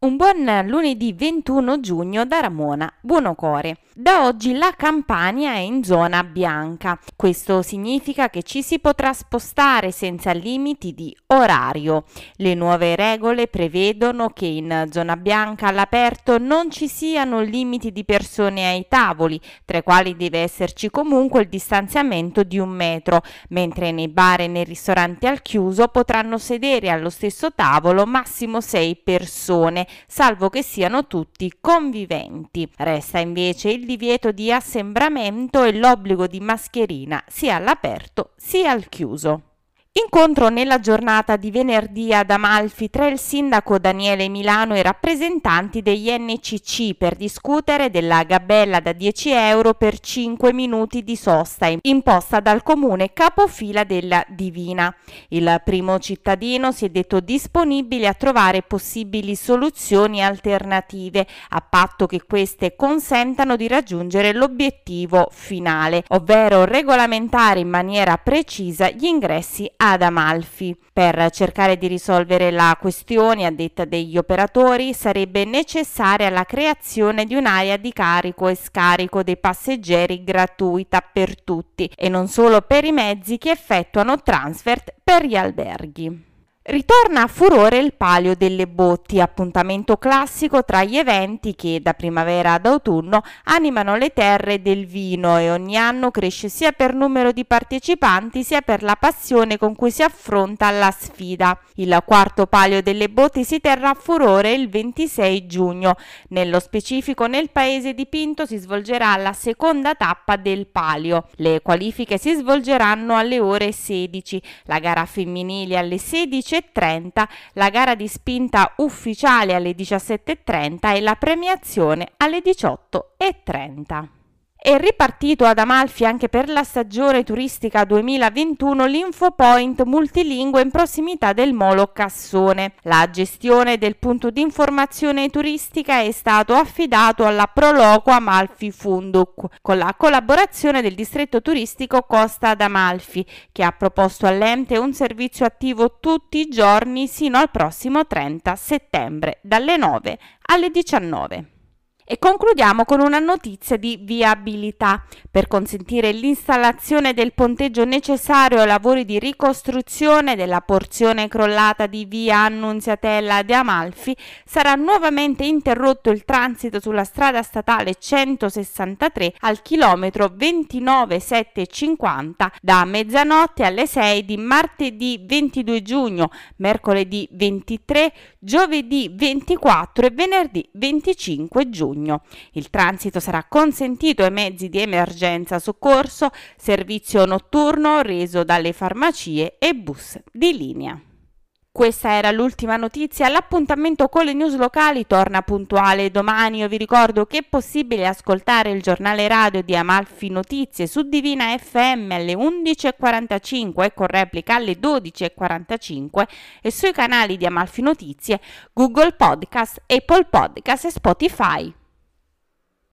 Un buon lunedì 21 giugno da Ramona Buonocore. Da oggi la Campania è in zona bianca. Questo significa che ci si potrà spostare senza limiti di orario. Le nuove regole prevedono che in zona bianca all'aperto non ci siano limiti di persone ai tavoli, tra i quali deve esserci comunque il distanziamento di 1 metro, mentre nei bar e nei ristoranti al chiuso potranno sedere allo stesso tavolo massimo 6 persone, salvo che siano tutti conviventi. Resta invece il divieto di assembramento e l'obbligo di mascherina sia all'aperto sia al chiuso. Incontro nella giornata di venerdì ad Amalfi tra il sindaco Daniele Milano e i rappresentanti degli NCC per discutere della gabella da 10 euro per 5 minuti di sosta imposta dal comune capofila della Divina. Il primo cittadino si è detto disponibile a trovare possibili soluzioni alternative, a patto che queste consentano di raggiungere l'obiettivo finale, ovvero regolamentare in maniera precisa gli ingressi ad Amalfi. Per cercare di risolvere la questione, a detta degli operatori, sarebbe necessaria la creazione di un'area di carico e scarico dei passeggeri gratuita per tutti e non solo per i mezzi che effettuano transfert per gli alberghi. Ritorna a furore il Palio delle Botti, appuntamento classico tra gli eventi che da primavera ad autunno animano le terre del vino e ogni anno cresce sia per numero di partecipanti sia per la passione con cui si affronta la sfida. Il quarto Palio delle Botti si terrà a Furore il 26 giugno. Nello specifico nel paese di Pinto si svolgerà la seconda tappa del Palio. Le qualifiche si svolgeranno alle ore 16, la gara femminile alle 16:30, la gara di spinta ufficiale alle 17:30 e la premiazione alle 18:30. È ripartito ad Amalfi anche per la stagione turistica 2021 l'Infopoint multilingue in prossimità del Molo Cassone. La gestione del punto di informazione turistica è stato affidato alla Proloco Amalfi Funduc, con la collaborazione del distretto turistico Costa d'Amalfi, che ha proposto all'ente un servizio attivo tutti i giorni sino al prossimo 30 settembre, dalle 9 alle 19. E concludiamo con una notizia di viabilità. Per consentire l'installazione del ponteggio necessario ai lavori di ricostruzione della porzione crollata di via Annunziatella di Amalfi, sarà nuovamente interrotto il transito sulla strada statale 163 al chilometro 29,750 da mezzanotte alle 6 di martedì 22 giugno, mercoledì 23, giovedì 24 e venerdì 25 giugno. Il transito sarà consentito ai mezzi di emergenza soccorso, servizio notturno reso dalle farmacie e bus di linea. Questa era l'ultima notizia. L'appuntamento con le news locali torna puntuale domani. Io vi ricordo che è possibile ascoltare il giornale radio di Amalfi Notizie su Divina FM alle 11:45 e con replica alle 12:45 e sui canali di Amalfi Notizie, Google Podcast, Apple Podcast e Spotify.